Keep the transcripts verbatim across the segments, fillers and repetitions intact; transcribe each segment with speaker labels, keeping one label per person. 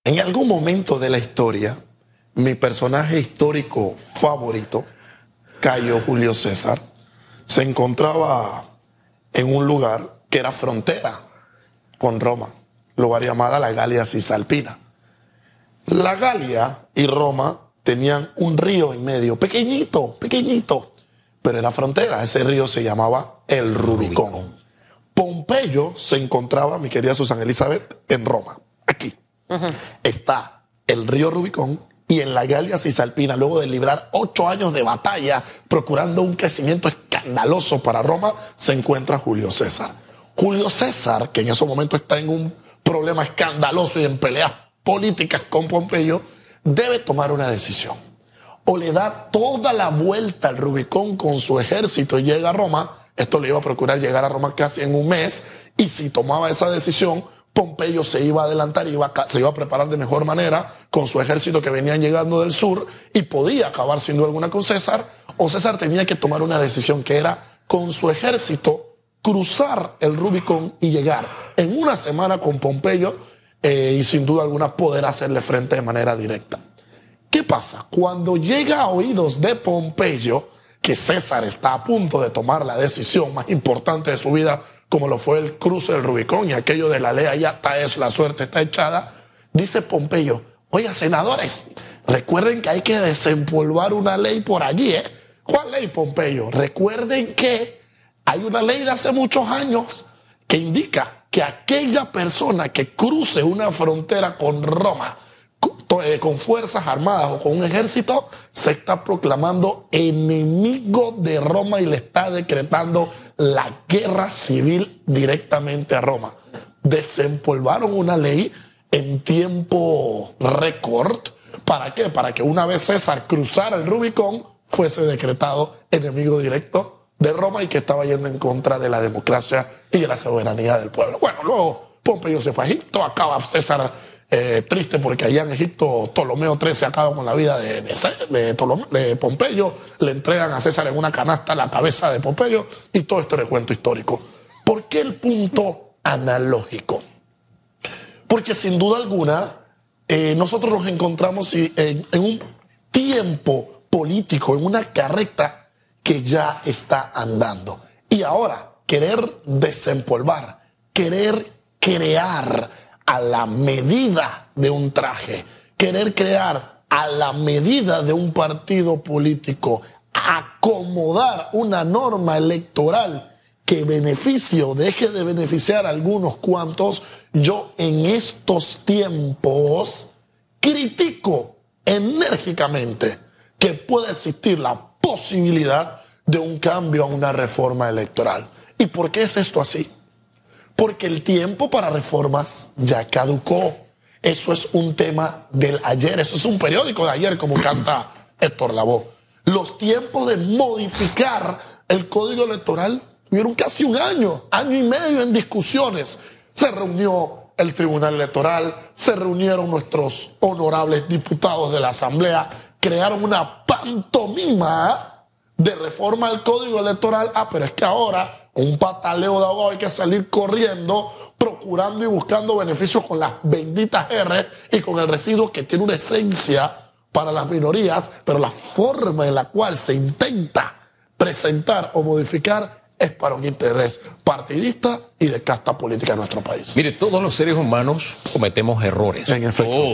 Speaker 1: En algún momento de la historia, mi personaje histórico favorito, Cayo Julio César, se encontraba en un lugar que era frontera con Roma, lugar llamado la Galia Cisalpina. La Galia y Roma tenían un río en medio, pequeñito, pequeñito, pero era frontera. Ese río se llamaba el Rubicón. Rubicón. Pompeyo se encontraba, mi querida Susana Elizabeth, en Roma, aquí. Uh-huh. Está el río Rubicón y en la Galia Cisalpina, luego de librar ocho años de batalla, procurando un crecimiento escandaloso para Roma, se encuentra Julio César. Julio César, que en ese momento está en un problema escandaloso y en peleas políticas con Pompeyo, debe tomar una decisión. O le da toda la vuelta al Rubicón con su ejército y llega a Roma. Esto le iba a procurar llegar a Roma casi en un mes, y si tomaba esa decisión, Pompeyo se iba a adelantar, iba a, se iba a preparar de mejor manera con su ejército que venían llegando del sur y podía acabar sin duda alguna con César, o César tenía que tomar una decisión que era con su ejército cruzar el Rubicón y llegar en una semana con Pompeyo eh, y sin duda alguna poder hacerle frente de manera directa. ¿Qué pasa? Cuando llega a oídos de Pompeyo que César está a punto de tomar la decisión más importante de su vida, como lo fue el cruce del Rubicón y aquello de la ley allá está es, la suerte está echada, dice Pompeyo: oiga, senadores, recuerden que hay que desempolvar una ley por allí, ¿eh? ¿Cuál ley, Pompeyo? Recuerden que hay una ley de hace muchos años que indica que aquella persona que cruce una frontera con Roma con fuerzas armadas o con un ejército, se está proclamando enemigo de Roma y le está decretando la guerra civil directamente a Roma. Desempolvaron una ley en tiempo récord. ¿Para qué? Para que una vez César cruzara el Rubicón, fuese decretado enemigo directo de Roma y que estaba yendo en contra de la democracia y de la soberanía del pueblo. Bueno, luego Pompeyo se fue a Egipto, acaba César Eh, triste porque allá en Egipto Ptolomeo trece acaba con la vida de, de, de, Ptolomeo, de Pompeyo, le entregan a César en una canasta la cabeza de Pompeyo y todo este recuento histórico. ¿Por qué el punto analógico? Porque sin duda alguna eh, nosotros nos encontramos en, en un tiempo político, en una carreta que ya está andando. Y ahora querer desempolvar, querer crear a la medida de un traje, querer crear a la medida de un partido político, acomodar una norma electoral que beneficie o deje de beneficiar a algunos cuantos, yo en estos tiempos critico enérgicamente que pueda existir la posibilidad de un cambio a una reforma electoral. ¿Y por qué es esto así? Porque el tiempo para reformas ya caducó. Eso es un tema del ayer, eso es un periódico de ayer, como canta Héctor Lavoe. Los tiempos de modificar el código electoral tuvieron casi un año, año y medio en discusiones. Se reunió el Tribunal Electoral, se reunieron nuestros honorables diputados de la Asamblea, crearon una pantomima de reforma al código electoral. Ah, pero es que ahora un pataleo de abogados, hay que salir corriendo, procurando y buscando beneficios con las benditas R y con el residuo que tiene una esencia para las minorías, pero la forma en la cual se intenta presentar o modificar es para un interés partidista y de casta política en nuestro país.
Speaker 2: Mire, todos los seres humanos cometemos errores.
Speaker 1: En efecto.
Speaker 2: Todos.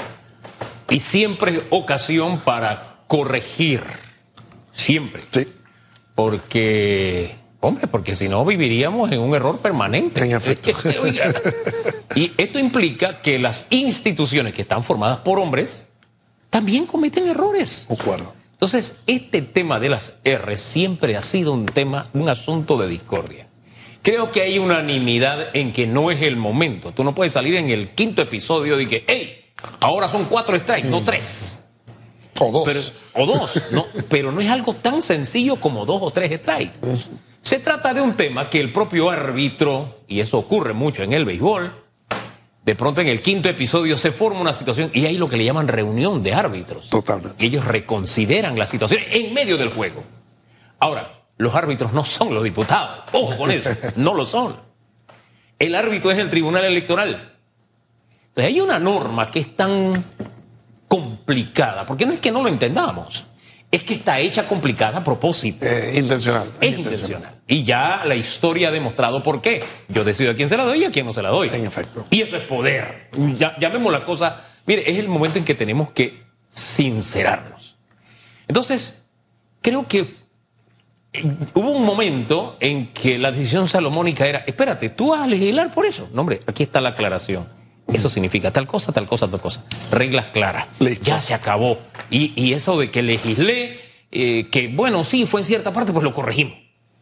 Speaker 2: Y siempre es ocasión para corregir. Siempre.
Speaker 1: Sí.
Speaker 2: Porque... Hombre, porque si no viviríamos en un error permanente.
Speaker 1: En efecto.
Speaker 2: Oiga. Y esto implica que las instituciones que están formadas por hombres también cometen errores.
Speaker 1: De acuerdo.
Speaker 2: Entonces, este tema de las R siempre ha sido un tema, un asunto de discordia. Creo que hay unanimidad en que no es el momento. Tú no puedes salir en el quinto episodio de que, hey, ahora son cuatro strikes, mm. no tres.
Speaker 1: O dos.
Speaker 2: Pero, o dos, no, pero no es algo tan sencillo como dos o tres strikes. Mm. Se trata de un tema que el propio árbitro, y eso ocurre mucho en el béisbol, de pronto en el quinto episodio se forma una situación y hay lo que le llaman reunión de árbitros.
Speaker 1: Totalmente.
Speaker 2: Ellos reconsideran la situación en medio del juego. Ahora, los árbitros no son los diputados. Ojo con eso, no lo son. El árbitro es el Tribunal Electoral. Entonces hay una norma que es tan complicada, porque no es que no lo entendamos, es que está hecha complicada a propósito.
Speaker 1: Eh, intencional.
Speaker 2: Es, es intencional. intencional. Y ya la historia ha demostrado por qué. Yo decido a quién se la doy y a quién no se la doy.
Speaker 1: En efecto.
Speaker 2: Y eso es poder. Ya, llamemos la cosa. Mire, es el momento en que tenemos que sincerarnos. Entonces, creo que hubo un momento en que la decisión salomónica era, espérate, ¿tú vas a legislar por eso? No, hombre, aquí está la aclaración. Eso significa tal cosa, tal cosa, tal cosa. Reglas claras. Listo. Ya se acabó. Y, y eso de que legislé, eh, que bueno, sí, fue en cierta parte, pues lo corregimos.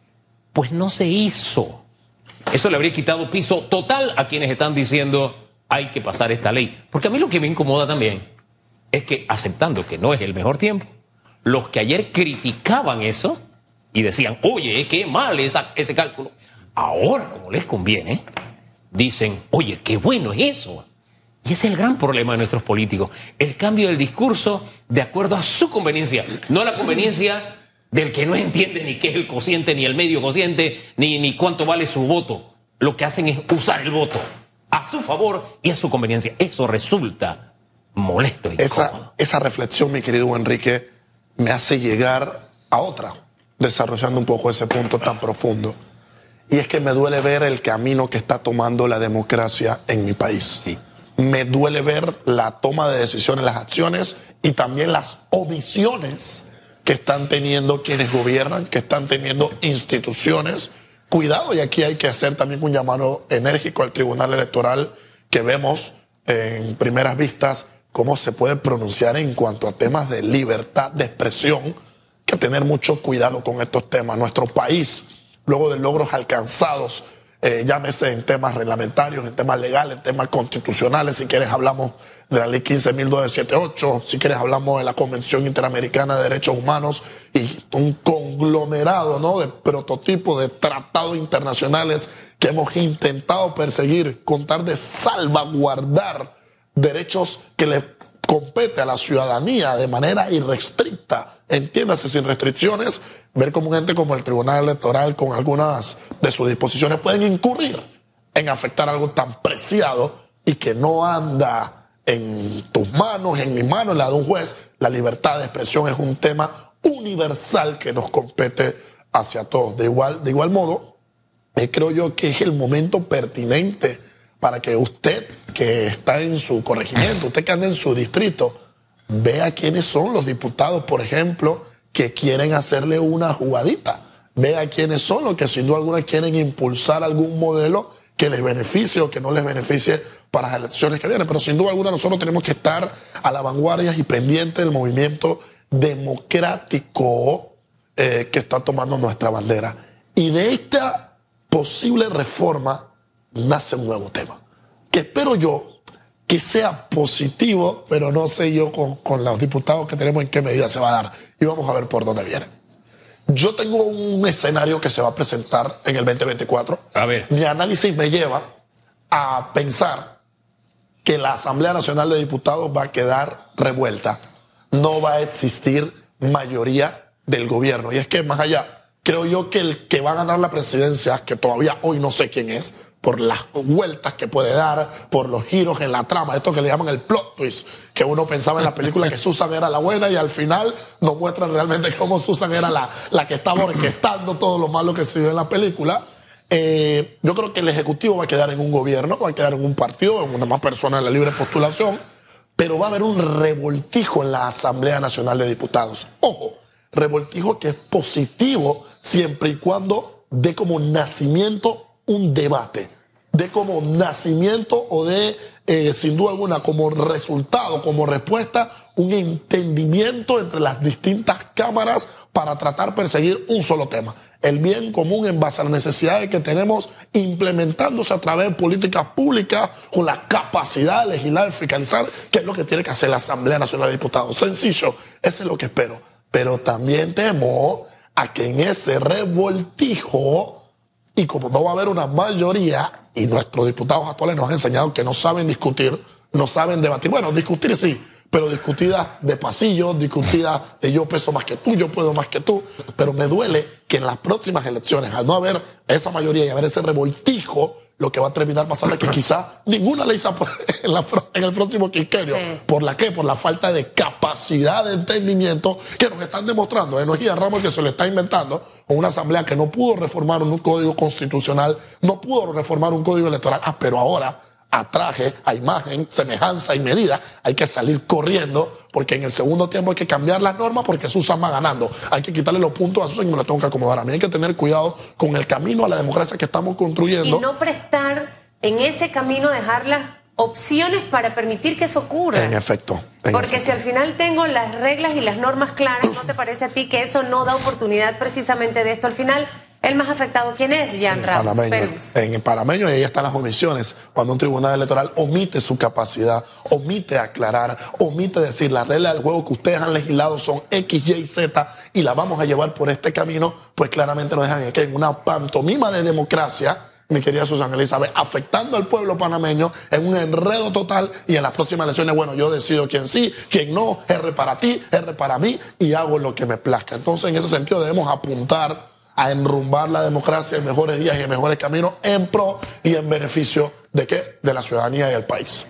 Speaker 2: Pues no se hizo. Eso le habría quitado piso total a quienes están diciendo hay que pasar esta ley. Porque a mí lo que me incomoda también es que, aceptando que no es el mejor tiempo, los que ayer criticaban eso y decían, oye, qué mal esa, ese cálculo, ahora, como les conviene, dicen, oye, qué bueno es eso. Y ese es el gran problema de nuestros políticos, el cambio del discurso de acuerdo a su conveniencia, no a la conveniencia del que no entiende ni qué es el cociente, ni el medio cociente, ni, ni cuánto vale su voto. Lo que hacen es usar el voto a su favor y a su conveniencia. Eso resulta molesto y
Speaker 1: esa, esa reflexión, mi querido Enrique, me hace llegar a otra, desarrollando un poco ese punto tan profundo. Y es que me duele ver el camino que está tomando la democracia en mi país. Sí. Me duele ver la toma de decisiones, las acciones y también las omisiones que están teniendo quienes gobiernan, que están teniendo instituciones. Cuidado, y aquí hay que hacer también un llamado enérgico al Tribunal Electoral, que vemos en primeras vistas cómo se puede pronunciar en cuanto a temas de libertad de expresión, que tener mucho cuidado con estos temas. Nuestro país, luego de logros alcanzados, eh, llámese en temas reglamentarios, en temas legales, en temas constitucionales, si quieres hablamos de la ley quince mil doscientos setenta y ocho, si quieres hablamos de la Convención Interamericana de Derechos Humanos y un conglomerado, ¿no?, de prototipos de tratados internacionales que hemos intentado perseguir con tal de salvaguardar derechos que le compete a la ciudadanía de manera irrestricta, entiéndase, sin restricciones. Ver como un ente como el Tribunal Electoral con algunas de sus disposiciones pueden incurrir en afectar algo tan preciado y que no anda en tus manos, en mi mano, en la de un juez. La libertad de expresión es un tema universal que nos compete hacia todos. De igual, de igual modo, eh, creo yo que es el momento pertinente para que usted, que está en su corregimiento, usted que anda en su distrito, vea quiénes son los diputados, por ejemplo, que quieren hacerle una jugadita. Vea quiénes son los que sin duda alguna quieren impulsar algún modelo que les beneficie o que no les beneficie para las elecciones que vienen. Pero sin duda alguna nosotros tenemos que estar a la vanguardia y pendientes del movimiento democrático eh, que está tomando nuestra bandera. Y de esta posible reforma nace un nuevo tema, que espero yo que sea positivo, pero no sé yo con, con los diputados que tenemos en qué medida se va a dar. Y vamos a ver por dónde viene. Yo tengo un escenario que se va a presentar en el veinte veinticuatro.
Speaker 2: A ver.
Speaker 1: Mi análisis me lleva a pensar que la Asamblea Nacional de Diputados va a quedar revuelta. No va a existir mayoría del gobierno. Y es que más allá, creo yo que el que va a ganar la presidencia, que todavía hoy no sé quién es, por las vueltas que puede dar, por los giros en la trama, esto que le llaman el plot twist, que uno pensaba en la película que Susan era la buena y al final nos muestran realmente cómo Susan era la, la que estaba orquestando todo lo malo que se vio en la película. Eh, yo creo que el Ejecutivo va a quedar en un gobierno, va a quedar en un partido, en una más persona de la libre postulación, pero va a haber un revoltijo en la Asamblea Nacional de Diputados. Ojo, revoltijo que es positivo siempre y cuando dé como nacimiento un debate, de como nacimiento o de, eh, sin duda alguna, como resultado, como respuesta, un entendimiento entre las distintas cámaras para tratar de perseguir un solo tema, el bien común en base a las necesidades que tenemos implementándose a través de políticas públicas con la capacidad de legislar, fiscalizar, que es lo que tiene que hacer la Asamblea Nacional de Diputados. Sencillo, eso es lo que espero. Pero también temo a que en ese revoltijo, y como no va a haber una mayoría, y nuestros diputados actuales nos han enseñado que no saben discutir, no saben debatir. Bueno, discutir sí, pero discutidas de pasillo, discutidas de yo peso más que tú, yo puedo más que tú. Pero me duele que en las próximas elecciones, al no haber esa mayoría y haber ese revoltijo, lo que va a terminar pasando es que quizás ninguna ley se apruebe en, la, en el próximo quinquenio. Sí. ¿Por la qué? Por la falta de capacidad de entendimiento que nos están demostrando. ¿eh? No es Guía Ramos que se lo está inventando, o una asamblea que no pudo reformar un código constitucional, no pudo reformar un código electoral. Ah, pero ahora, a traje, a imagen, semejanza y medida, hay que salir corriendo, porque en el segundo tiempo hay que cambiar las normas porque Susan va ganando. Hay que quitarle los puntos a Susan y me lo tengo que acomodar. A mí hay que tener cuidado con el camino a la democracia que estamos construyendo.
Speaker 3: Y no prestar en ese camino, dejar las opciones para permitir que eso ocurra.
Speaker 1: En efecto. En
Speaker 3: porque
Speaker 1: efecto.
Speaker 3: si al final tengo las reglas y las normas claras, ¿no te parece a ti que eso no da oportunidad precisamente de esto? Al final, el más afectado, ¿quién es? Jean Ramos.
Speaker 1: En el panameño, y ahí están las omisiones. Cuando un tribunal electoral omite su capacidad, omite aclarar, omite decir las reglas del juego que ustedes han legislado son X, Y, Z y las vamos a llevar por este camino, pues claramente nos dejan aquí en una pantomima de democracia, mi querida Susana Elizabeth, afectando al pueblo panameño en un enredo total, y en las próximas elecciones, bueno, yo decido quién sí, quién no, R para ti, R para mí, y hago lo que me plazca. Entonces, en ese sentido, debemos apuntar a enrumbar la democracia en mejores días y en mejores caminos, en pro y en beneficio de qué? De la ciudadanía y del país.